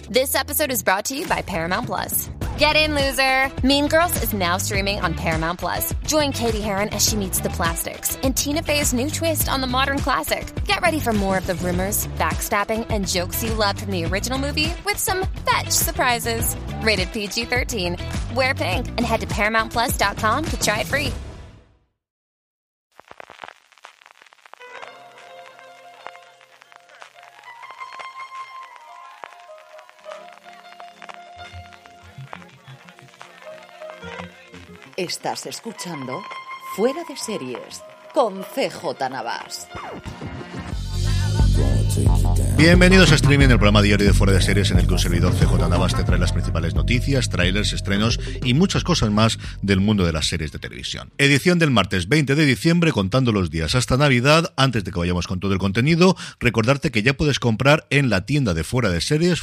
This episode is brought to you by Paramount Plus. Get in, loser! Mean Girls is now streaming on Paramount Plus. Join Katie Heron as she meets the plastics in Tina Fey's new twist on the modern classic. Get ready for more of the rumors, backstabbing, and jokes you loved from the original movie with some fetch surprises. Rated PG-13. Wear pink and head to ParamountPlus.com to try it free. Estás escuchando Fuera de Series con CJ Navas. Bienvenidos a Streaming, el programa diario de Fuera de Series en el que un servidor CJ Navas te trae las principales noticias, trailers, estrenos y muchas cosas más del mundo de las series de televisión. Edición del martes 20 de diciembre, contando los días hasta Navidad. Antes de que vayamos con todo el contenido, recordarte que ya puedes comprar en la tienda de Fuera de Series,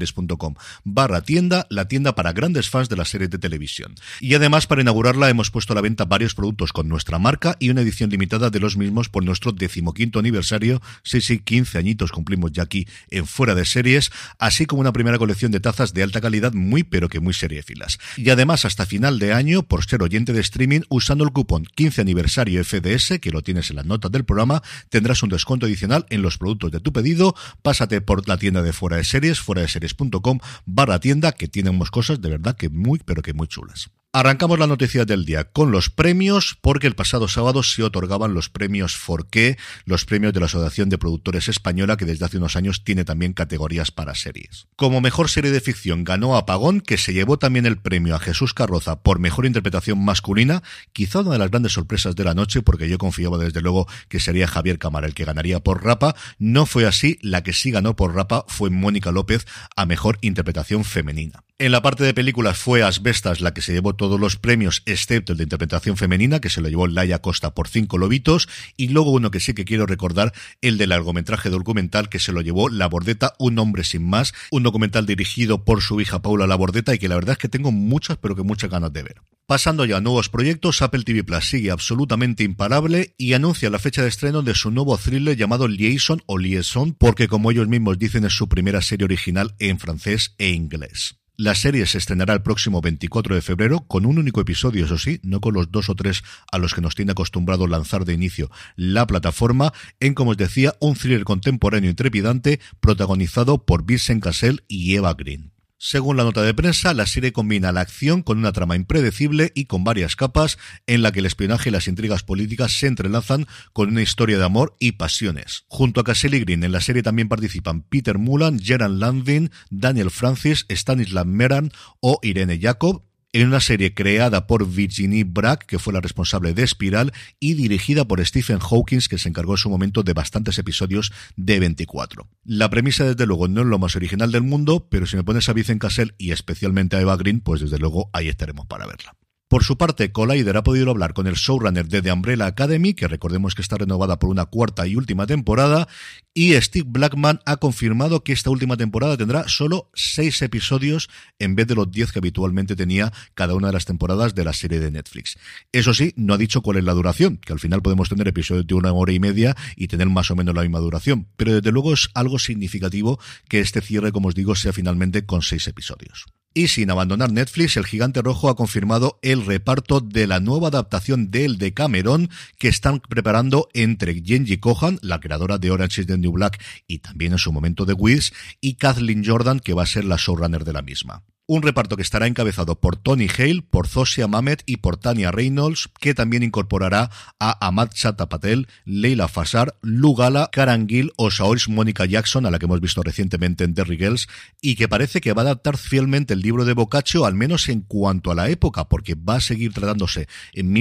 fueradeseries.com/tienda, la tienda para grandes fans de las series de televisión. Y además, para inaugurarla, hemos puesto a la venta varios productos con nuestra marca y una edición limitada de los mismos por nuestro 15º aniversario. Sí, 15 añitos cumplimos ya aquí en Fuera de Series, así como una primera colección de tazas de alta calidad muy pero que muy seriéfilas. Y además, hasta final de año, por ser oyente de Streaming, usando el cupón 15 aniversario FDS, que lo tienes en las notas del programa, tendrás un descuento adicional en los productos de tu pedido. Pásate por la tienda de Fuera de Series, fueradeseries.com/tienda, que tenemos cosas de verdad que muy pero que muy chulas. Arrancamos la noticia del día con los premios, porque el pasado sábado se otorgaban los premios Forqué, los premios de la Asociación de Productores Española, que desde hace unos años tiene también categorías para series. Como mejor serie de ficción ganó Apagón, que se llevó también el premio a Jesús Carroza por mejor interpretación masculina, quizá una de las grandes sorpresas de la noche, porque yo confiaba desde luego que sería Javier Cámara el que ganaría por Rapa. No fue así, la que sí ganó por Rapa fue Mónica López a mejor interpretación femenina. En la parte de películas fue Asbestas la que se llevó todos los premios, excepto el de interpretación femenina, que se lo llevó Laia Costa por 5 lobitos, y luego uno que sí que quiero recordar, el de largometraje documental, que se lo llevó Labordeta, Un hombre sin más, un documental dirigido por su hija Paula Labordeta, y que la verdad es que tengo muchas, pero que muchas ganas de ver. Pasando ya a nuevos proyectos, Apple TV Plus sigue absolutamente imparable y anuncia la fecha de estreno de su nuevo thriller llamado Liaison o Liaison, porque como ellos mismos dicen es su primera serie original en francés e inglés. La serie se estrenará el próximo 24 de febrero con un único episodio, eso sí, no con los 2 o 3 a los que nos tiene acostumbrado lanzar de inicio la plataforma, en, como os decía, un thriller contemporáneo y trepidante protagonizado por Vincent Cassel y Eva Green. Según la nota de prensa, la serie combina la acción con una trama impredecible y con varias capas en la que el espionaje y las intrigas políticas se entrelazan con una historia de amor y pasiones. Junto a Cassel y Green en la serie también participan Peter Mullan, Gerard Landvin, Daniel Francis, Stanislav Meran o Irene Jacob, en una serie creada por Virginie Brack, que fue la responsable de Espiral, y dirigida por Stephen Hawking, que se encargó en su momento de bastantes episodios de 24. La premisa, desde luego, no es lo más original del mundo, pero si me pones a Vincent Cassel y especialmente a Eva Green, pues desde luego ahí estaremos para verla. Por su parte, Collider ha podido hablar con el showrunner de The Umbrella Academy, que recordemos que está renovada por una cuarta y última temporada, y Steve Blackman ha confirmado que esta última temporada tendrá solo 6 episodios en vez de los 10 que habitualmente tenía cada una de las temporadas de la serie de Netflix. Eso sí, no ha dicho cuál es la duración, que al final podemos tener episodios de 1 hora y media y tener más o menos la misma duración, pero desde luego es algo significativo que este cierre, como os digo, sea finalmente con 6 episodios. Y sin abandonar Netflix, el Gigante Rojo ha confirmado el reparto de la nueva adaptación de El Decameron que están preparando entre Jenji Kohan, la creadora de Orange is the New Black y también en su momento de Wiz, y Kathleen Jordan, que va a ser la showrunner de la misma. Un reparto que estará encabezado por Tony Hale, por Zosia Mamet y por Tanya Reynolds, que también incorporará a Ahmad Chata Patel, Leila Fassar, Lou Gala, Karen Gill o Saoirse Monica Jackson, a la que hemos visto recientemente en Derry Girls, y que parece que va a adaptar fielmente el libro de Boccaccio, al menos en cuanto a la época, porque va a seguir tratándose en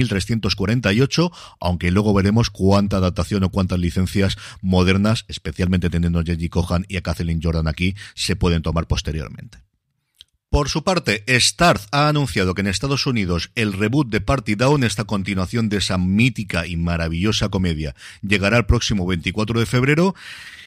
1348, aunque luego veremos cuánta adaptación o cuántas licencias modernas, especialmente teniendo a Jenji Kohan y a Kathleen Jordan aquí, se pueden tomar posteriormente. Por su parte, Starz ha anunciado que en Estados Unidos el reboot de Party Down, esta continuación de esa mítica y maravillosa comedia, llegará el próximo 24 de febrero.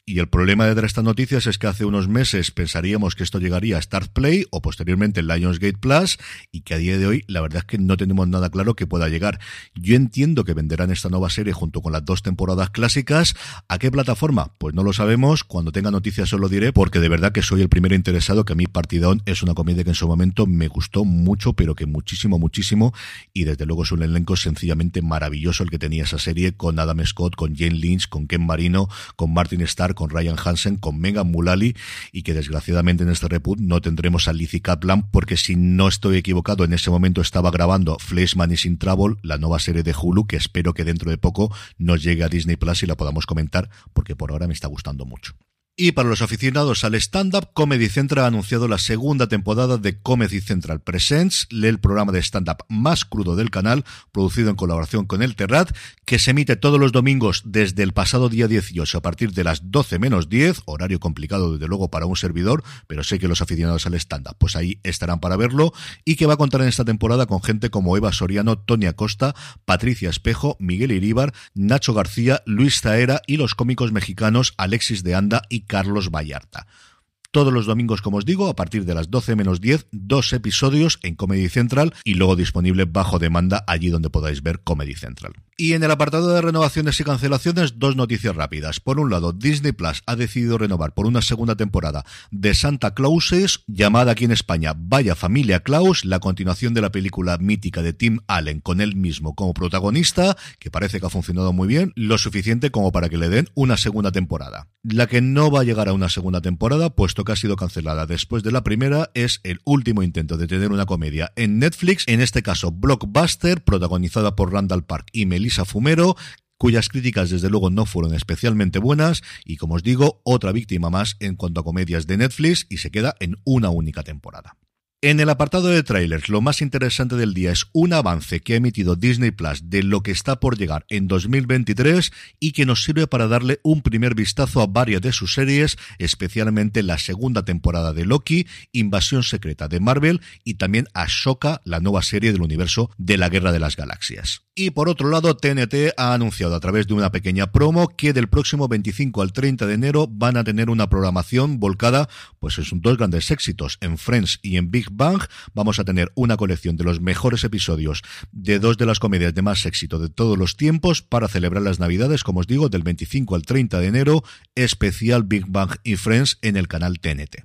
Y el problema de estas noticias es que hace unos meses pensaríamos que esto llegaría a Start Play o posteriormente en Lionsgate Plus, y que a día de hoy la verdad es que no tenemos nada claro que pueda llegar. Yo entiendo que venderán esta nueva serie junto con las 2 temporadas clásicas. ¿A qué plataforma? Pues no lo sabemos. Cuando tenga noticias os lo diré, porque de verdad que soy el primero interesado, que a mí Partidón es una comedia que en su momento me gustó mucho, pero que muchísimo, muchísimo, y desde luego es un elenco sencillamente maravilloso el que tenía esa serie, con Adam Scott, con Jane Lynch, con Ken Marino, con Martin Starr, con Ryan Hansen, con Megan Mullally, y que desgraciadamente en este reboot no tendremos a Lizzie Kaplan, porque si no estoy equivocado en ese momento estaba grabando Fleshman is in Trouble, la nueva serie de Hulu, que espero que dentro de poco nos llegue a Disney Plus y la podamos comentar, porque por ahora me está gustando mucho. Y para los aficionados al stand-up, Comedy Central ha anunciado la segunda temporada de Comedy Central Presents, el programa de stand-up más crudo del canal, producido en colaboración con El Terrat, que se emite todos los domingos desde el pasado día 18 a partir de las 12 menos 10, horario complicado desde luego para un servidor, pero sé que los aficionados al stand-up pues ahí estarán para verlo, y que va a contar en esta temporada con gente como Eva Soriano, Tony Acosta, Patricia Espejo, Miguel Iríbar, Nacho García, Luis Zaera y los cómicos mexicanos Alexis de Anda y Carlos Vallarta. Todos los domingos, como os digo, a partir de las 12 menos 10, 2 episodios en Comedy Central y luego disponible bajo demanda allí donde podáis ver Comedy Central. Y en el apartado de renovaciones y cancelaciones, 2 noticias rápidas. Por un lado, Disney Plus ha decidido renovar por una segunda temporada de Santa Clauses, llamada aquí en España Vaya Familia Claus, la continuación de la película mítica de Tim Allen con él mismo como protagonista, que parece que ha funcionado muy bien, lo suficiente como para que le den una segunda temporada. La que no va a llegar a una segunda temporada, puesto que ha sido cancelada después de la primera, es el último intento de tener una comedia en Netflix, en este caso Blockbuster, protagonizada por Randall Park y Melissa Fumero, cuyas críticas desde luego no fueron especialmente buenas, y como os digo, otra víctima más en cuanto a comedias de Netflix, y se queda en una única temporada. En el apartado de trailers, lo más interesante del día es un avance que ha emitido Disney Plus de lo que está por llegar en 2023 y que nos sirve para darle un primer vistazo a varias de sus series, especialmente la segunda temporada de Loki, Invasión Secreta de Marvel y también Ahsoka, la nueva serie del universo de la Guerra de las Galaxias. Y por otro lado, TNT ha anunciado a través de una pequeña promo que del próximo 25 al 30 de enero van a tener una programación volcada pues en sus 2 grandes éxitos, en Friends y en Big Bang. Vamos a tener una colección de los mejores episodios de 2 de las comedias de más éxito de todos los tiempos para celebrar las Navidades, como os digo, del 25 al 30 de enero, especial Big Bang y Friends en el canal TNT.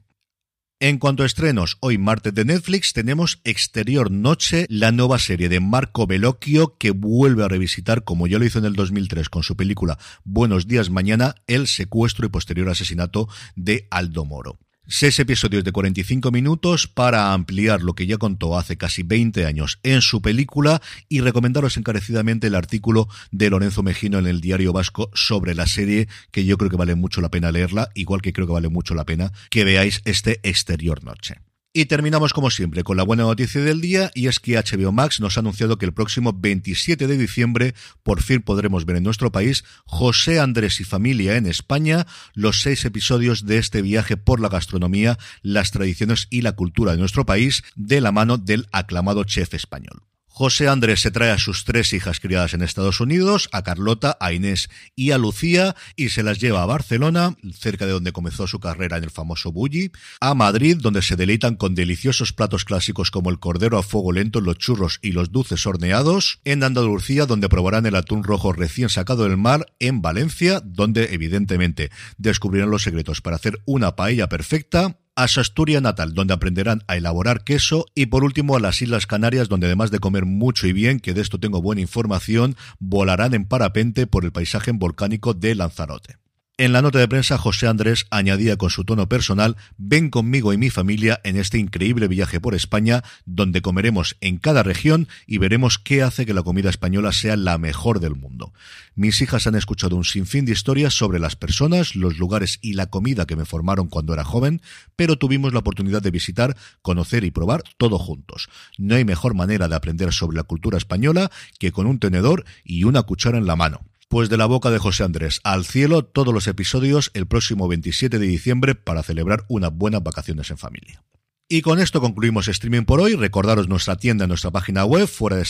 En cuanto a estrenos, hoy martes de Netflix tenemos Exterior Noche, la nueva serie de Marco Bellocchio, que vuelve a revisitar, como ya lo hizo en el 2003 con su película Buenos días mañana, el secuestro y posterior asesinato de Aldo Moro. 6 episodios de 45 minutos para ampliar lo que ya contó hace casi 20 años en su película, y recomendaros encarecidamente el artículo de Lorenzo Mejino en el Diario Vasco sobre la serie, que yo creo que vale mucho la pena leerla, igual que creo que vale mucho la pena que veáis este Exterior Noche. Y terminamos como siempre con la buena noticia del día, y es que HBO Max nos ha anunciado que el próximo 27 de diciembre por fin podremos ver en nuestro país José Andrés y familia en España, los 6 episodios de este viaje por la gastronomía, las tradiciones y la cultura de nuestro país, de la mano del aclamado chef español. José Andrés se trae a sus 3 hijas criadas en Estados Unidos, a Carlota, a Inés y a Lucía, y se las lleva a Barcelona, cerca de donde comenzó su carrera en el famoso Bulli, a Madrid, donde se deleitan con deliciosos platos clásicos como el cordero a fuego lento, los churros y los dulces horneados, en Andalucía, donde probarán el atún rojo recién sacado del mar, en Valencia, donde evidentemente descubrirán los secretos para hacer una paella perfecta, a su Asturias natal, donde aprenderán a elaborar queso, y por último a las Islas Canarias, donde además de comer mucho y bien, que de esto tengo buena información, volarán en parapente por el paisaje volcánico de Lanzarote. En la nota de prensa, José Andrés añadía con su tono personal: ven conmigo y mi familia en este increíble viaje por España, donde comeremos en cada región y veremos qué hace que la comida española sea la mejor del mundo. Mis hijas han escuchado un sinfín de historias sobre las personas, los lugares y la comida que me formaron cuando era joven, pero tuvimos la oportunidad de visitar, conocer y probar todo juntos. No hay mejor manera de aprender sobre la cultura española que con un tenedor y una cuchara en la mano. Pues de la boca de José Andrés al cielo, todos los episodios el próximo 27 de diciembre para celebrar unas buenas vacaciones en familia. Y con esto concluimos streaming por hoy. Recordaros nuestra tienda en nuestra página web,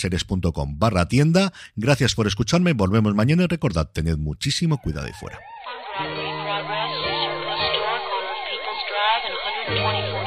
fueradeseries.com/tienda. Gracias por escucharme, volvemos mañana y recordad, tened muchísimo cuidado ahí fuera. 24.